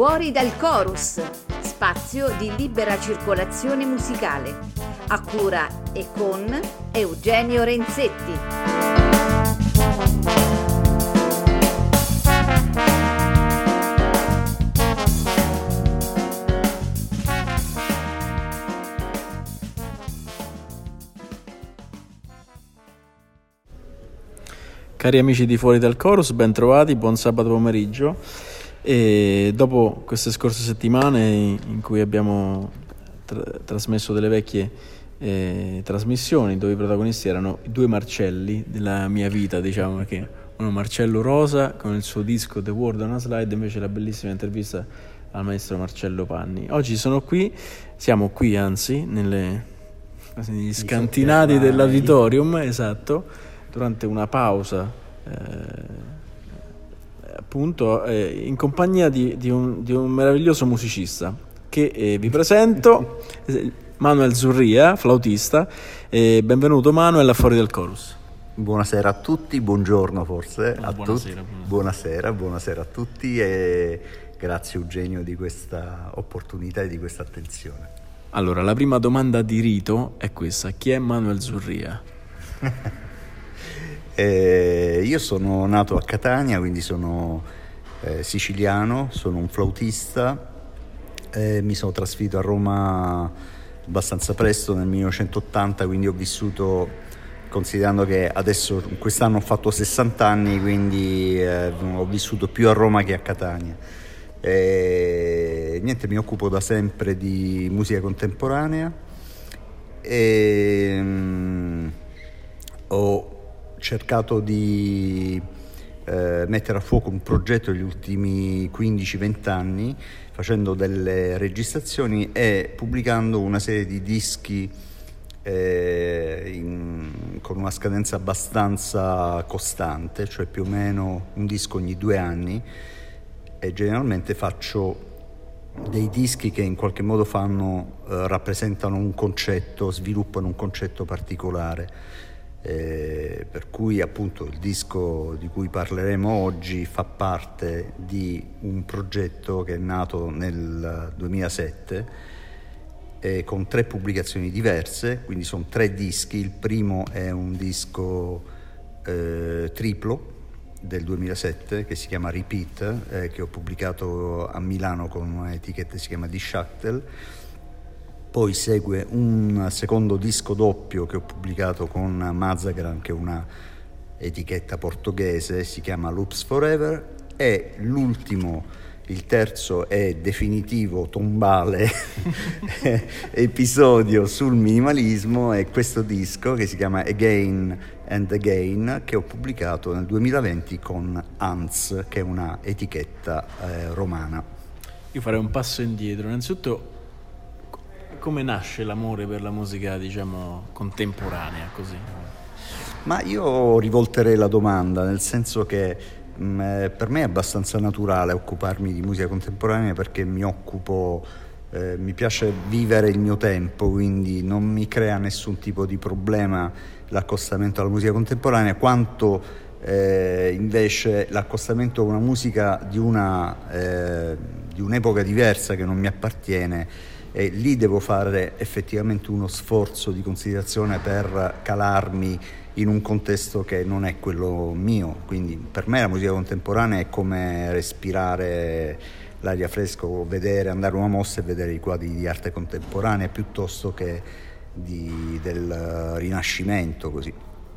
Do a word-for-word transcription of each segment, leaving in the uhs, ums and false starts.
Fuori dal Chorus, spazio di libera circolazione musicale, a cura e con Eugenio Renzetti. Cari amici di Fuori dal Chorus, ben trovati, buon sabato pomeriggio. E dopo queste scorse settimane in cui abbiamo tra- trasmesso delle vecchie eh, trasmissioni dove i protagonisti erano i due Marcelli della mia vita, diciamo, perché uno Marcello Rosa con il suo disco The World on a Slide, invece la bellissima intervista al maestro Marcello Panni. Oggi sono qui, siamo qui anzi, nelle, negli scantinati dell'auditorium, esatto, durante una pausa eh, appunto eh, in compagnia di, di, un, di un meraviglioso musicista che eh, vi presento, Manuel Zurria, flautista. Eh, benvenuto Manuel a Fuori dal Chorus. Buonasera a tutti, buongiorno forse no, a buonasera, tutti. Buonasera. buonasera, buonasera a tutti e grazie Eugenio di questa opportunità e di questa attenzione. Allora, la prima domanda di rito è questa: chi è Manuel Zurria? eh, io sono nato a Catania, quindi sono eh, siciliano, sono un flautista, eh, mi sono trasferito a Roma abbastanza presto, nel millenovecentottanta, quindi ho vissuto, considerando che adesso quest'anno ho fatto sessanta anni, quindi eh, ho vissuto più a Roma che a Catania. E, niente, mi occupo da sempre di musica contemporanea e mh, ho cercato di eh, mettere a fuoco un progetto negli ultimi quindici venti anni, facendo delle registrazioni e pubblicando una serie di dischi eh, in, con una scadenza abbastanza costante, cioè più o meno un disco ogni due anni, e generalmente faccio dei dischi che in qualche modo fanno, eh, rappresentano un concetto, sviluppano un concetto particolare. Eh, per cui appunto il disco di cui parleremo oggi fa parte di un progetto che è nato nel duemilasette eh, con tre pubblicazioni diverse, quindi sono tre dischi. Il primo è un disco eh, triplo del duemilasette che si chiama Repeat, eh, che ho pubblicato a Milano con un'etichetta che si chiama D-Shactel. Poi segue un secondo disco doppio che ho pubblicato con Mazagran, che è una etichetta portoghese, si chiama Loops Forever, e l'ultimo, il terzo e definitivo tombale episodio sul minimalismo è questo disco che si chiama Again and Again, che ho pubblicato nel duemilaventi con Hans, che è una etichetta eh, romana. Io farei un passo indietro. Innanzitutto, come nasce l'amore per la musica, diciamo, contemporanea, così? Ma io rivolterei la domanda, nel senso che mh, per me è abbastanza naturale occuparmi di musica contemporanea, perché mi occupo, eh, mi piace vivere il mio tempo, quindi non mi crea nessun tipo di problema l'accostamento alla musica contemporanea, quanto eh, invece l'accostamento a una musica di, una, eh, di un'epoca diversa che non mi appartiene. E lì devo fare effettivamente uno sforzo di considerazione per calarmi in un contesto che non è quello mio. Quindi per me la musica contemporanea è come respirare l'aria fresca, o vedere, andare a una mostra e vedere i quadri di arte contemporanea piuttosto che di, del Rinascimento, così.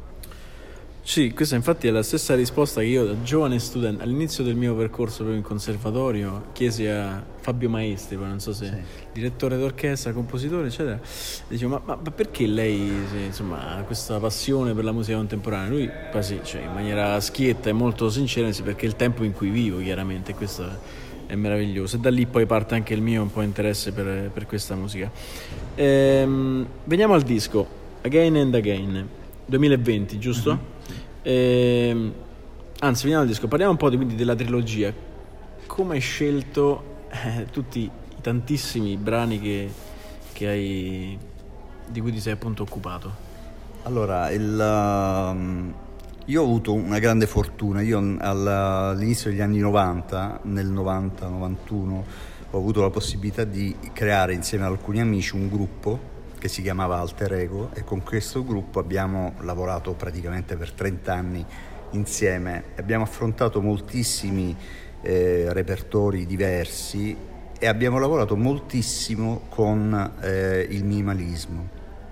Sì, questa infatti è la stessa risposta che io da giovane studente, all'inizio del mio percorso proprio in conservatorio, chiesi a Fabio Maestri, non so se sì. direttore d'orchestra, compositore, eccetera. Dicevo, ma, ma perché lei insomma ha questa passione per la musica contemporanea? Lui quasi, cioè, in maniera schietta e molto sincera, perché è il tempo in cui vivo, chiaramente, questo è meraviglioso. E da lì poi parte anche il mio un po' interesse per, per questa musica. Ehm, veniamo al disco, Again and Again, duemilaventi, giusto? Mm-hmm. Eh, anzi, veniamo al disco, parliamo un po' di, quindi della trilogia. Come hai scelto eh, tutti i tantissimi brani che, che hai, di cui ti sei appunto occupato? Allora, il, um, Io ho avuto una grande fortuna. Io all'inizio degli anni novanta, nel novanta novantuno, ho avuto la possibilità di creare insieme ad alcuni amici un gruppo che si chiamava Alter Ego, e con questo gruppo abbiamo lavorato praticamente per trenta anni insieme. Abbiamo affrontato moltissimi eh, repertori diversi e abbiamo lavorato moltissimo con eh, il minimalismo.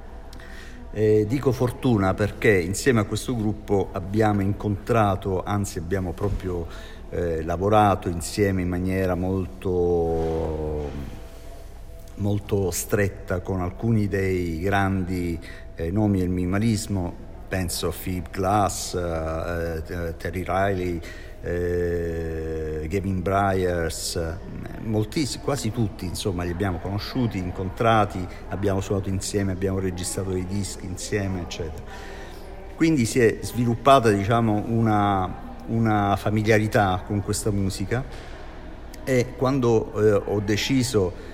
Eh, dico fortuna perché insieme a questo gruppo abbiamo incontrato, anzi abbiamo proprio eh, lavorato insieme in maniera molto, molto stretta con alcuni dei grandi eh, nomi del minimalismo. Penso a Philip Glass, eh, Terry Riley, eh, Gavin Bryars, moltissimi, quasi tutti, insomma, li abbiamo conosciuti, incontrati, abbiamo suonato insieme, abbiamo registrato dei dischi insieme, eccetera. Quindi si è sviluppata, diciamo, una, una familiarità con questa musica, e quando eh, ho deciso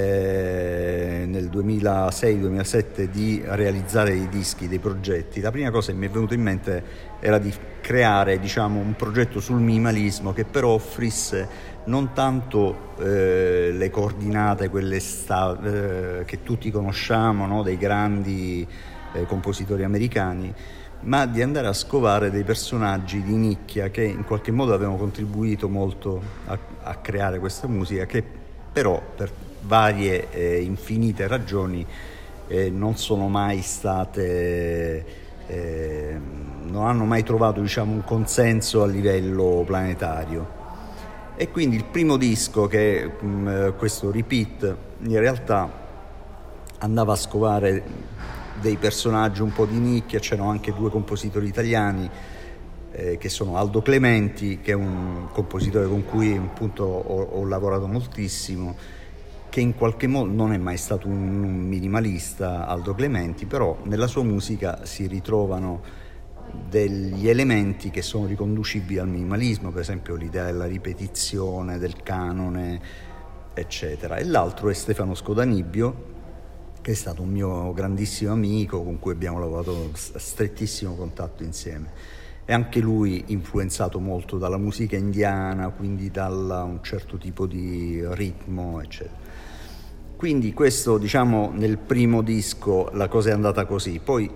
Eh, nel duemilasei duemilasette di realizzare dei dischi, dei progetti, la prima cosa che mi è venuta in mente era di creare, diciamo, un progetto sul minimalismo che però offrisse non tanto eh, le coordinate, quelle sta, eh, che tutti conosciamo, no? Dei grandi eh, compositori americani, ma di andare a scovare dei personaggi di nicchia che in qualche modo avevano contribuito molto a, a creare questa musica, che però per varie e infinite ragioni eh, non sono mai state eh, non hanno mai trovato, diciamo, un consenso a livello planetario. E quindi il primo disco, che mh, questo Repeat, in realtà andava a scovare dei personaggi un po' di nicchia. C'erano anche due compositori italiani eh, che sono Aldo Clementi, che è un compositore con cui appunto ho, ho lavorato moltissimo, che in qualche modo non è mai stato un minimalista, Aldo Clementi, però nella sua musica si ritrovano degli elementi che sono riconducibili al minimalismo, per esempio l'idea della ripetizione, del canone, eccetera. E l'altro è Stefano Scodanibbio, che è stato un mio grandissimo amico con cui abbiamo lavorato a strettissimo contatto insieme. E anche lui influenzato molto dalla musica indiana, quindi da un certo tipo di ritmo, eccetera. Quindi questo, diciamo, nel primo disco la cosa è andata così. Poi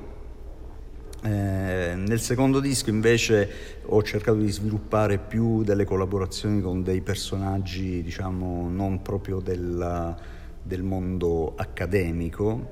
eh, nel secondo disco invece ho cercato di sviluppare più delle collaborazioni con dei personaggi, diciamo, non proprio del, del mondo accademico,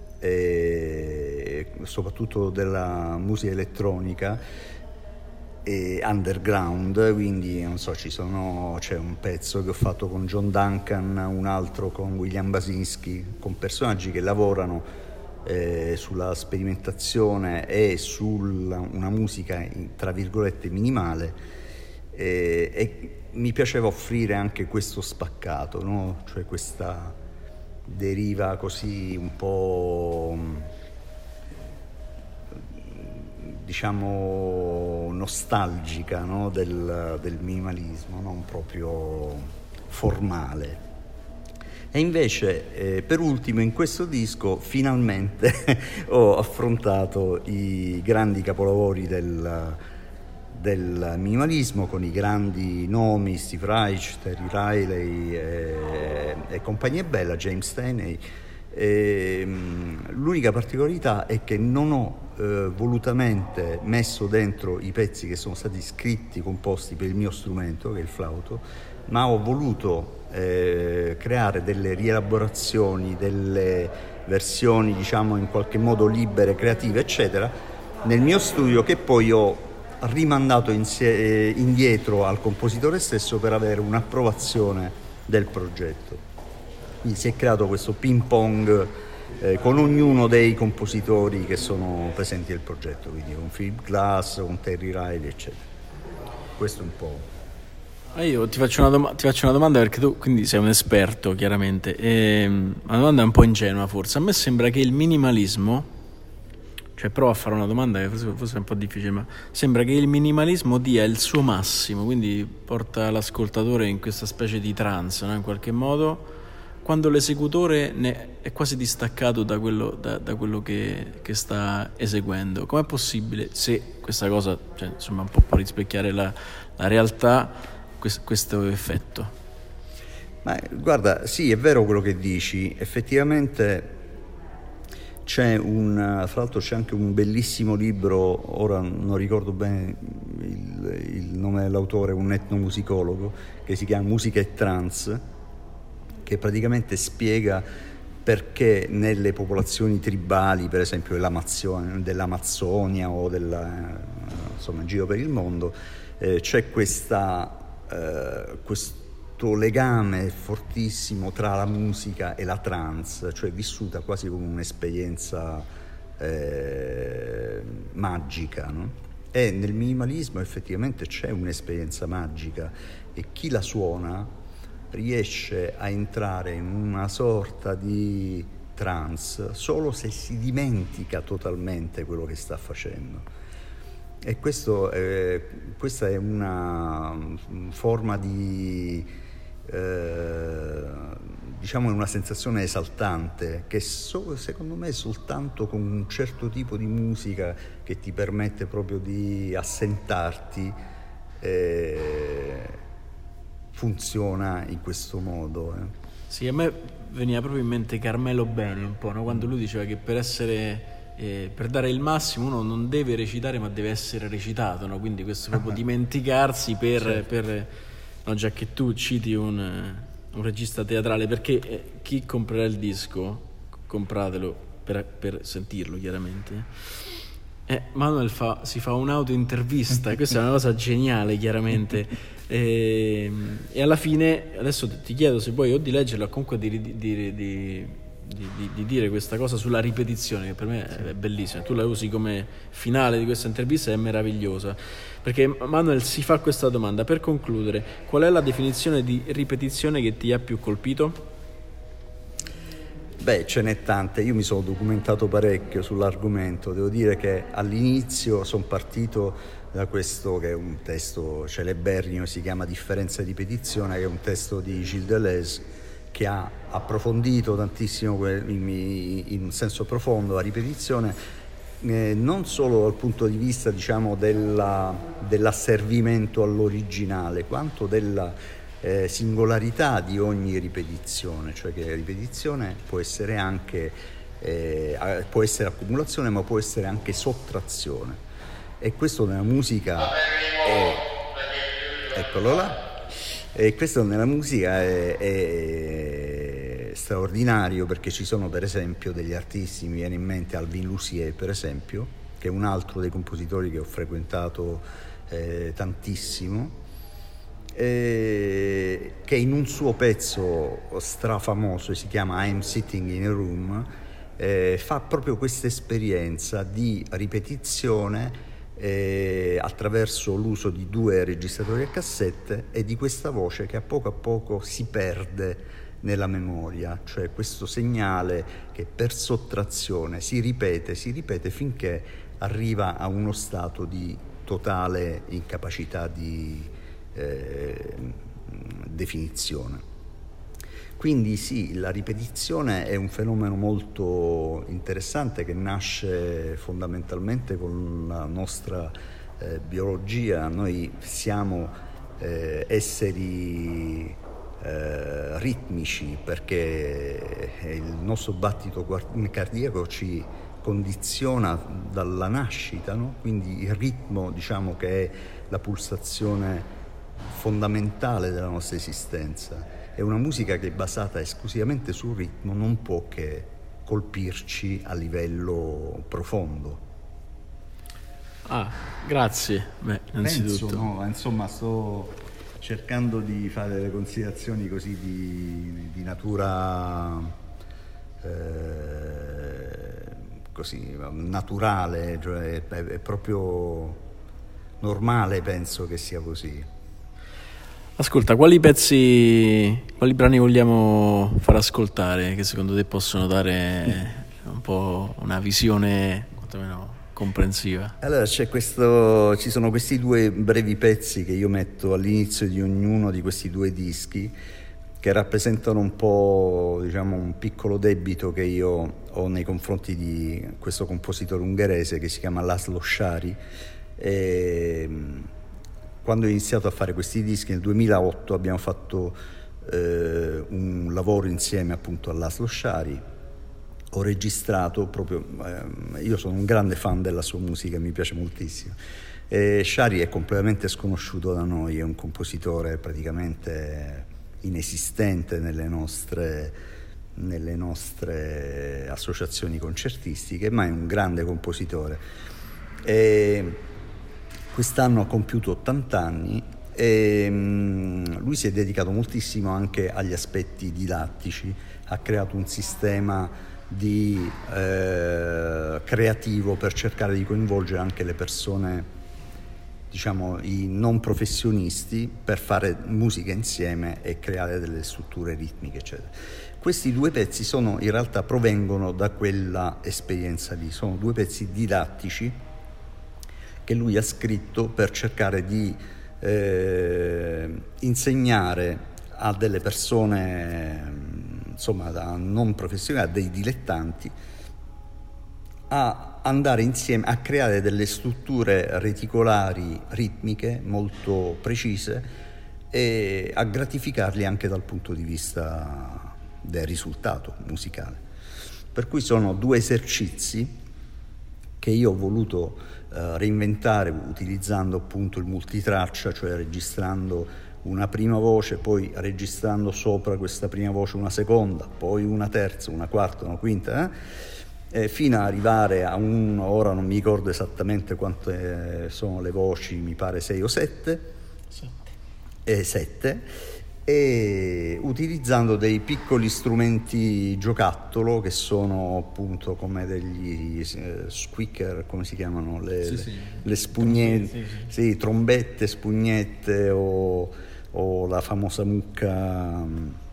e soprattutto della musica elettronica e underground. Quindi non so, ci sono c'è un pezzo che ho fatto con John Duncan, un altro con William Basinski, con personaggi che lavorano eh, sulla sperimentazione e su una musica tra virgolette minimale, e, e mi piaceva offrire anche questo spaccato, no? Cioè questa deriva così un po', diciamo, nostalgica, no? del, del minimalismo, non proprio formale. E invece eh, per ultimo in questo disco finalmente ho affrontato i grandi capolavori del, del minimalismo, con i grandi nomi Steve Reich, Terry Riley e, e compagnia bella, James Stanley. E, l'unica particolarità è che non ho eh, volutamente messo dentro i pezzi che sono stati scritti, composti per il mio strumento, che è il flauto, ma ho voluto eh, creare delle rielaborazioni, delle versioni, diciamo, in qualche modo libere, creative, eccetera, nel mio studio, che poi ho rimandato insie- indietro al compositore stesso per avere un'approvazione del progetto. Quindi si è creato questo ping pong eh, con ognuno dei compositori che sono presenti nel progetto, quindi con Philip Glass, con Terry Riley, eccetera. Questo è un po'. Ah, io ti faccio, una dom- ti faccio una domanda, perché tu quindi sei un esperto, chiaramente. E, una domanda un po' ingenua forse. A me sembra che il minimalismo, cioè provo a fare una domanda che forse, forse è un po' difficile, ma sembra che il minimalismo dia il suo massimo, quindi porta l'ascoltatore in questa specie di trance, no? In qualche modo, quando l'esecutore ne è quasi distaccato da quello, da, da quello che, che sta eseguendo. Com'è possibile, se questa cosa, cioè, insomma, un po' può rispecchiare la, la realtà, questo, questo effetto? Ma guarda, sì, è vero quello che dici, effettivamente c'è un, fra l'altro c'è anche un bellissimo libro, ora non ricordo bene il, il nome dell'autore, un etnomusicologo, che si chiama Musica e Trance, che praticamente spiega perché nelle popolazioni tribali, per esempio dell'Amazzonia o della, insomma, in giro per il mondo, eh, c'è questa, eh, questo legame fortissimo tra la musica e la trance, cioè vissuta quasi come un'esperienza eh, magica, no? E nel minimalismo effettivamente c'è un'esperienza magica e chi la suona riesce a entrare in una sorta di trance solo se si dimentica totalmente quello che sta facendo. E questo, eh, questa è una forma di Eh, diciamo una sensazione esaltante che so, secondo me soltanto con un certo tipo di musica che ti permette proprio di assentarti eh, funziona in questo modo. Eh. Sì, a me veniva proprio in mente Carmelo Beni un po', no? Quando lui diceva che per essere eh, per dare il massimo uno non deve recitare ma deve essere recitato, no? Quindi questo proprio dimenticarsi per, certo. per no, già che tu citi un, un regista teatrale, perché eh, chi comprerà il disco, compratelo per, per sentirlo chiaramente, eh, Manuel fa, si fa un'auto-intervista e questa è una cosa geniale chiaramente e, e alla fine adesso ti chiedo se vuoi o di leggerla o comunque di, di, di, di, di, di dire questa cosa sulla ripetizione, che per me è bellissima, tu la usi come finale di questa intervista, è meravigliosa. Perché Manuel si fa questa domanda: per concludere, qual è la definizione di ripetizione che ti ha più colpito? Beh, ce n'è tante, io mi sono documentato parecchio sull'argomento, devo dire che all'inizio sono partito da questo che è un testo celeberrimo, si chiama Differenza e ripetizione, che è un testo di Gilles Deleuze che ha approfondito tantissimo in, in senso profondo la ripetizione. Eh, non solo dal punto di vista, diciamo, della, dell'asservimento all'originale, quanto della eh, singolarità di ogni ripetizione, cioè che la ripetizione può essere anche eh, può essere accumulazione, ma può essere anche sottrazione, e questo nella musica è eccolo là e questo nella musica è, è straordinario, perché ci sono per esempio degli artisti, mi viene in mente Alvin Lucier per esempio, che è un altro dei compositori che ho frequentato eh, tantissimo, eh, che in un suo pezzo strafamoso, si chiama I'm Sitting in a Room, eh, fa proprio questa esperienza di ripetizione eh, attraverso l'uso di due registratori a cassette e di questa voce che a poco a poco si perde nella memoria, cioè questo segnale che per sottrazione si ripete, si ripete finché arriva a uno stato di totale incapacità di eh, definizione. Quindi sì, la ripetizione è un fenomeno molto interessante che nasce fondamentalmente con la nostra eh, biologia. Noi siamo eh, esseri Eh, ritmici, perché il nostro battito cardiaco ci condiziona dalla nascita, no? Quindi il ritmo, diciamo, che è la pulsazione fondamentale della nostra esistenza, è una musica che è basata esclusivamente sul ritmo, non può che colpirci a livello profondo. Ah, grazie. Beh, innanzitutto. Penso, no, insomma, sto cercando di fare delle considerazioni così di, di natura eh, così naturale, cioè è, è proprio normale, penso che sia così. Ascolta, quali pezzi, quali brani vogliamo far ascoltare che secondo te possono dare un po' una visione quantomeno comprensiva? Allora c'è questo, ci sono questi due brevi pezzi che io metto all'inizio di ognuno di questi due dischi, che rappresentano un po', diciamo, un piccolo debito che io ho nei confronti di questo compositore ungherese che si chiama László Sári. E quando ho iniziato a fare questi dischi nel duemilaotto abbiamo fatto eh, un lavoro insieme appunto a László Sári. Ho registrato proprio, eh, io sono un grande fan della sua musica, mi piace moltissimo. E Sári è completamente sconosciuto da noi, è un compositore praticamente inesistente nelle nostre, nelle nostre associazioni concertistiche, ma è un grande compositore. E quest'anno ha compiuto ottanta anni e mh, lui si è dedicato moltissimo anche agli aspetti didattici, ha creato un sistema di eh, creativo per cercare di coinvolgere anche le persone, diciamo i non professionisti, per fare musica insieme e creare delle strutture ritmiche, eccetera. Questi due pezzi sono in realtà provengono da quella esperienza lì, sono due pezzi didattici che lui ha scritto per cercare di eh, insegnare a delle persone, insomma, da non professionali, a dei dilettanti, a andare insieme a creare delle strutture reticolari ritmiche molto precise e a gratificarli anche dal punto di vista del risultato musicale. Per cui sono due esercizi che io ho voluto uh, reinventare utilizzando appunto il multitraccia, cioè registrando una prima voce, poi registrando sopra questa prima voce una seconda, poi una terza, una quarta, una quinta, eh? Eh, fino ad arrivare a un, ora non mi ricordo esattamente quante sono le voci, mi pare sei o sette, sette. E sette, e utilizzando dei piccoli strumenti giocattolo che sono appunto come degli eh, squeaker, come si chiamano, le, sì, le, sì. le spugnette, sì, sì. Sì, trombette, spugnette o, o la famosa mucca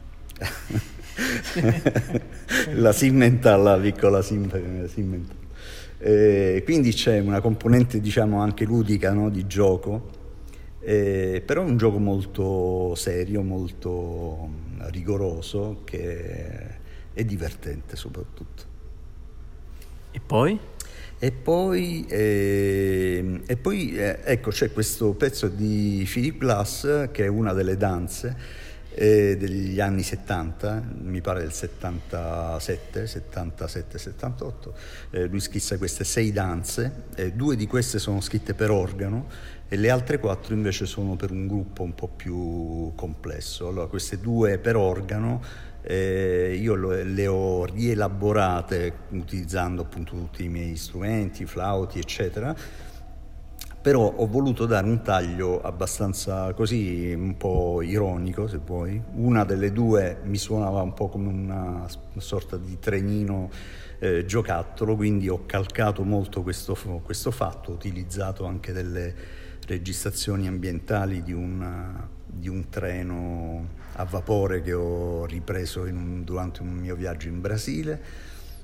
la Simmental, la piccola Simmental. Eh, quindi c'è una componente, diciamo, anche ludica, no? Di gioco, eh, però è un gioco molto serio, molto rigoroso, che è divertente soprattutto. E poi? E poi, eh, e poi eh, ecco, c'è questo pezzo di Philip Glass che è una delle danze degli anni settanta, mi pare del settantasette, settantasette settantotto. Eh, lui schizza queste sei danze, eh, due di queste sono scritte per organo e le altre quattro invece sono per un gruppo un po' più complesso. Allora, queste due per organo eh, io lo, le ho rielaborate utilizzando appunto tutti i miei strumenti, flauti, eccetera. Però ho voluto dare un taglio abbastanza così, un po' ironico se vuoi. Una delle due mi suonava un po' come una sorta di trenino eh, giocattolo, quindi ho calcato molto questo, questo fatto, ho utilizzato anche delle registrazioni ambientali di un, di un treno a vapore che ho ripreso in un, durante un mio viaggio in Brasile.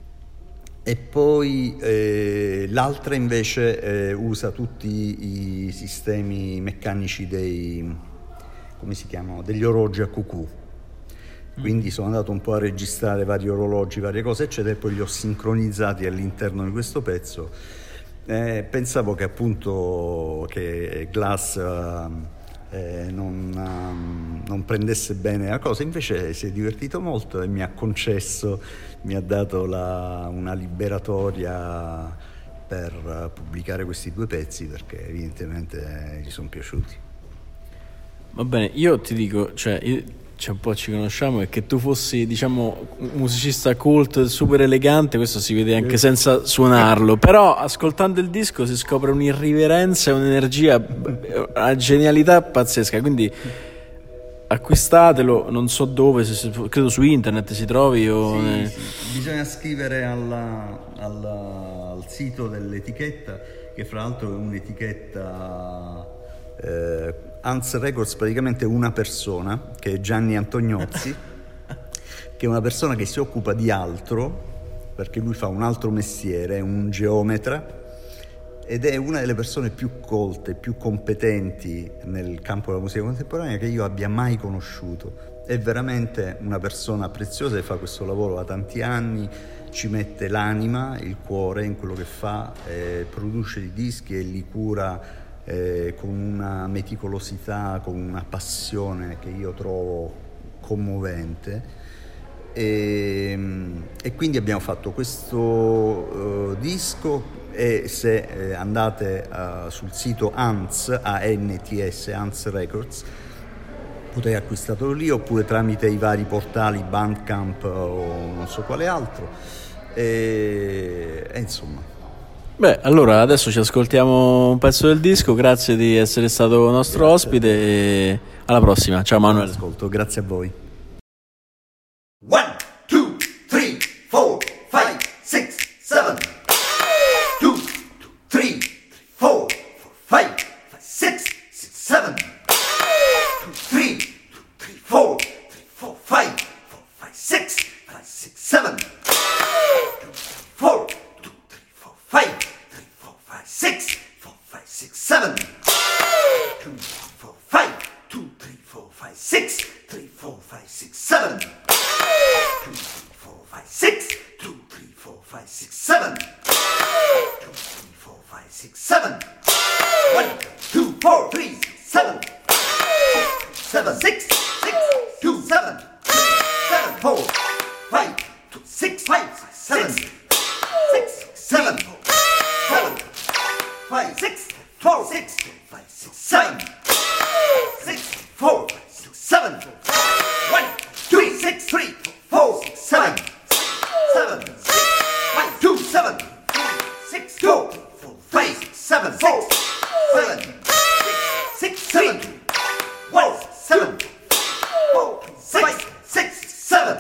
E poi eh, l'altra invece eh, usa tutti i sistemi meccanici dei, come si chiamano, degli orologi a cucù. Quindi sono andato un po' a registrare vari orologi, varie cose, eccetera, e poi li ho sincronizzati all'interno di questo pezzo. Eh, pensavo che appunto che Glass eh, non, um, non prendesse bene la cosa, invece si è divertito molto e mi ha concesso, mi ha dato la, una liberatoria per pubblicare questi due pezzi, perché evidentemente gli sono piaciuti. Va bene, io ti dico, cioè, io, cioè un po' ci conosciamo, e che tu fossi, diciamo, un musicista cult, super elegante, questo si vede anche senza suonarlo, però ascoltando il disco si scopre un'irriverenza e un'energia, una genialità pazzesca, quindi acquistatelo, non so dove, se, credo su internet si trovi o... Sì, ne... sì. Bisogna scrivere alla, alla, al sito dell'etichetta, che fra l'altro è un'etichetta... Eh, Hans Records praticamente una persona, che è Gianni Antoniozzi, che è una persona che si occupa di altro, perché lui fa un altro mestiere, è un geometra, ed è una delle persone più colte, più competenti nel campo della musica contemporanea che io abbia mai conosciuto. è veramente una persona preziosa e fa questo lavoro da tanti anni, ci mette l'anima, il cuore in quello che fa, eh, produce i dischi e li cura eh, con una meticolosità, con una passione che io trovo commovente. E, e quindi abbiamo fatto questo uh, disco, e se eh, andate uh, sul sito A N T S, A N T S, A N T S Records, potete acquistarlo lì, oppure tramite i vari portali Bandcamp o non so quale altro, e, e insomma. Beh, allora adesso ci ascoltiamo un pezzo del disco. Grazie di essere stato nostro grazie ospite e alla prossima. Ciao Manuel. Ascolto, grazie a voi. One, two, three, four, five, six, seven. Two, three, four, five, six, seven. Two, three, three, four, four, five, five, six, five, six, seven. Four, two, three, four, five, three, four, five, six, four, five, six, seven. Two, four, five, two, three, four, five, six, three, four, five, six, seven. Two, three, four, five, six, two, three, four, five, six, seven. Two, three, four, five, six, seven. One, two, four, three, seven. Seven, six, six, two, seven, seven, four, five, two, six, five, seven, six, seven, seven, five, six, four, six, five, six, seven, six, four, six, seven, one, two, six, three, four, six, seven, seven, five, two, seven, six, two, four, five, six, seven, four, seven, six, seven, one, seven, four, six, six, seven.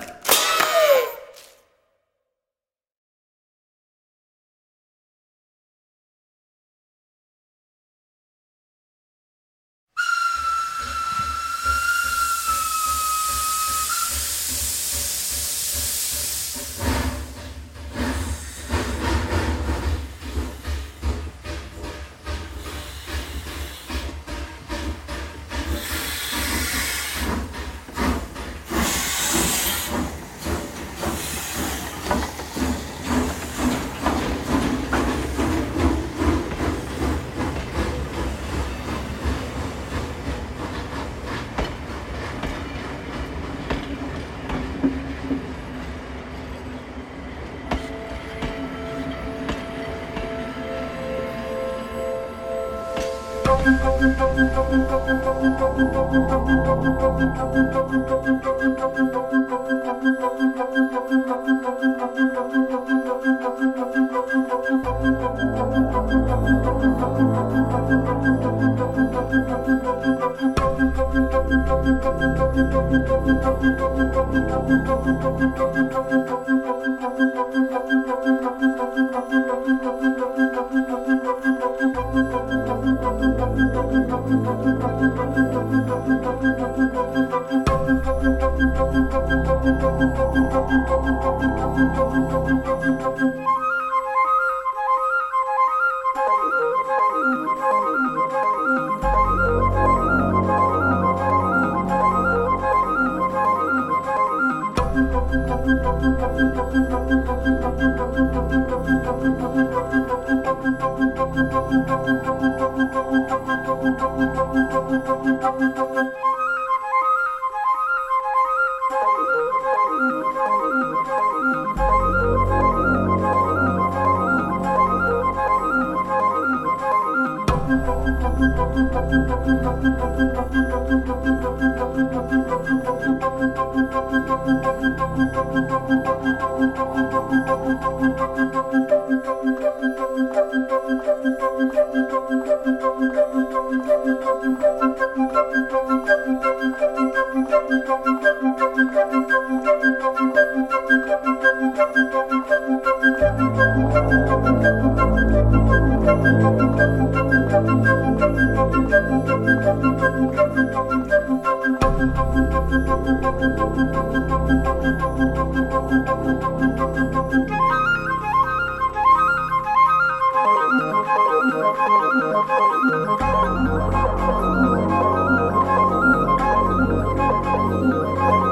Thank you.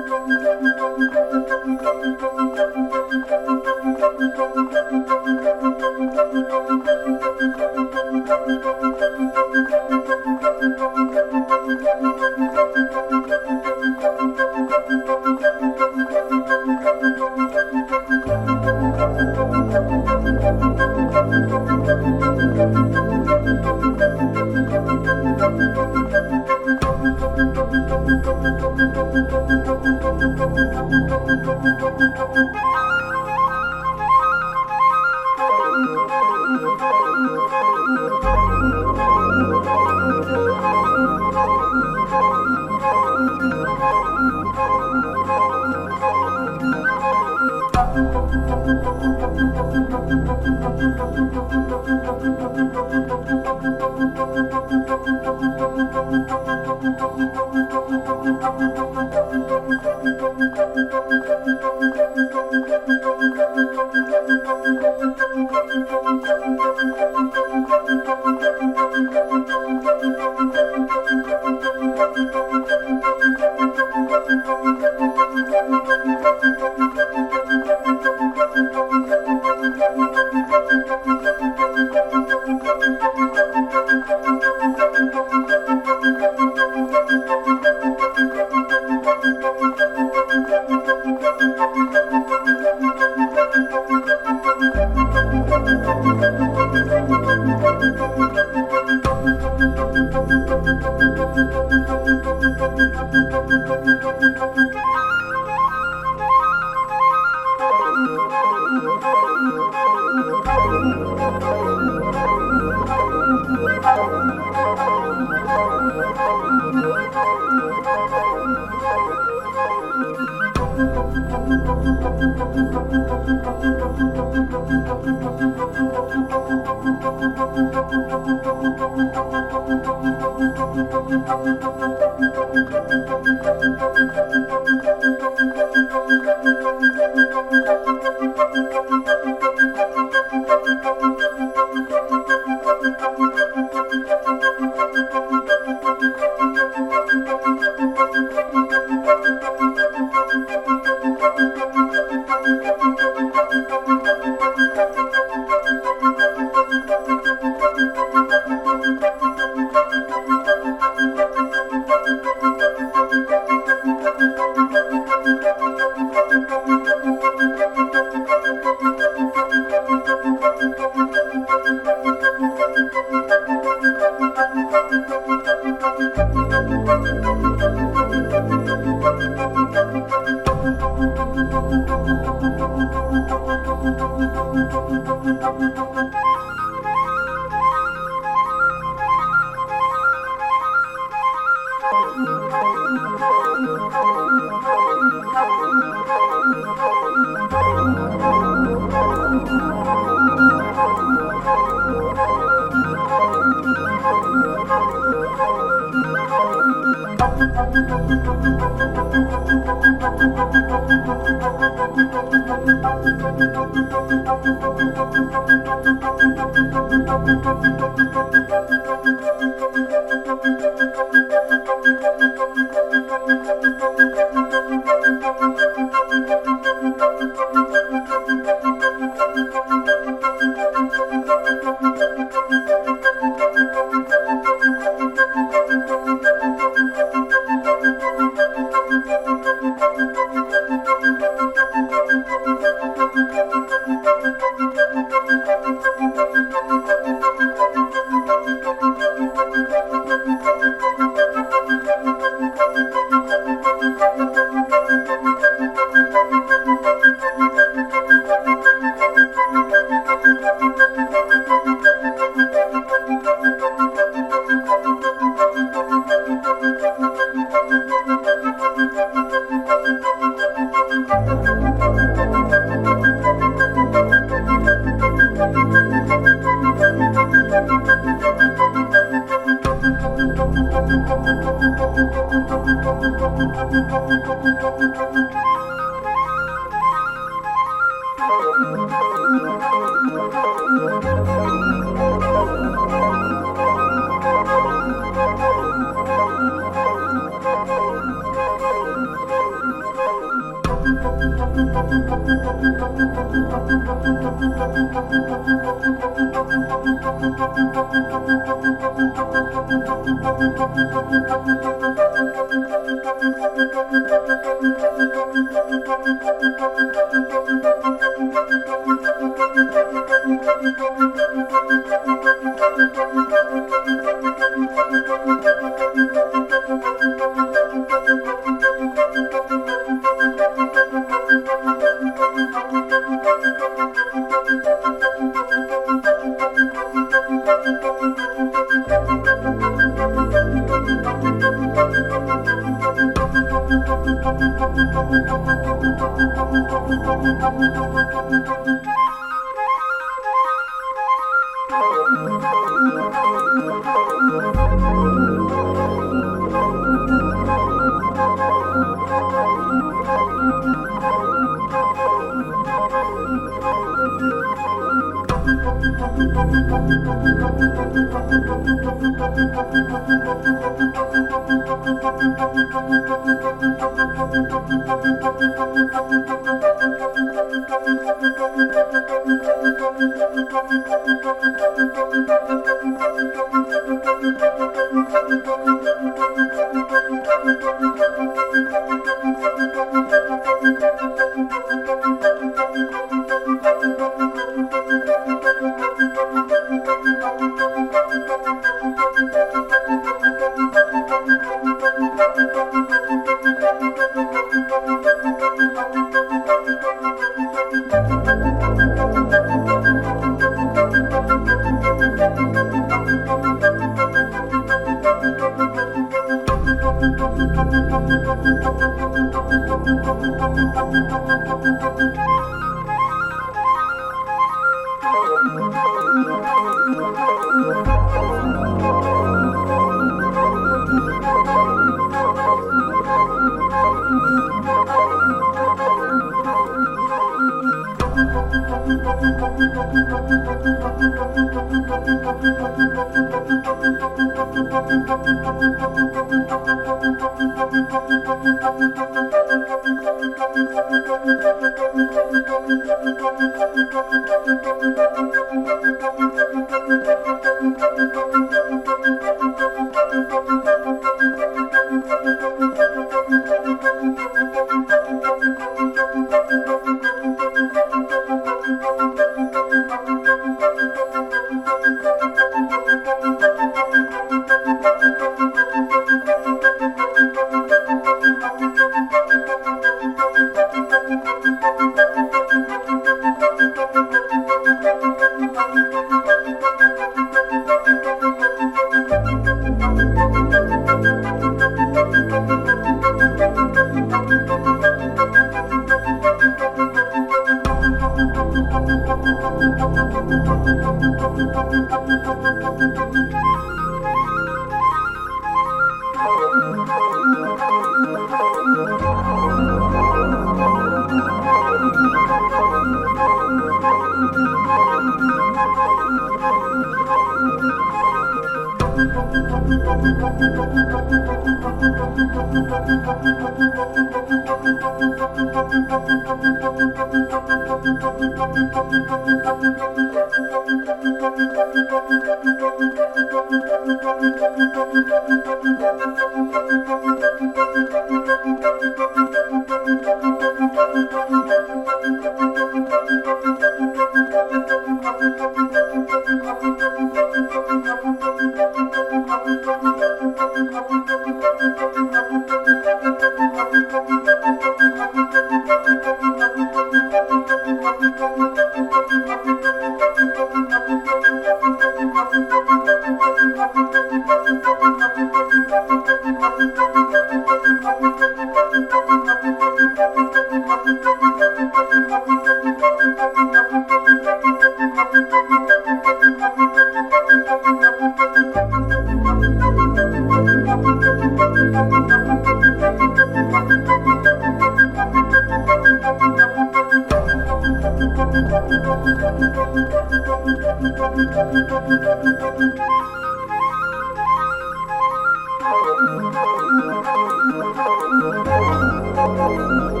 Thank you.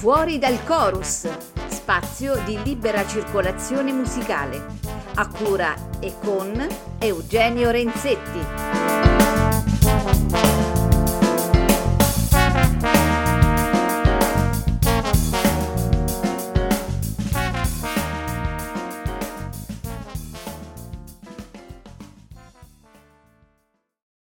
Fuori dal chorus, spazio di libera circolazione musicale, a cura e con Eugenio Renzetti.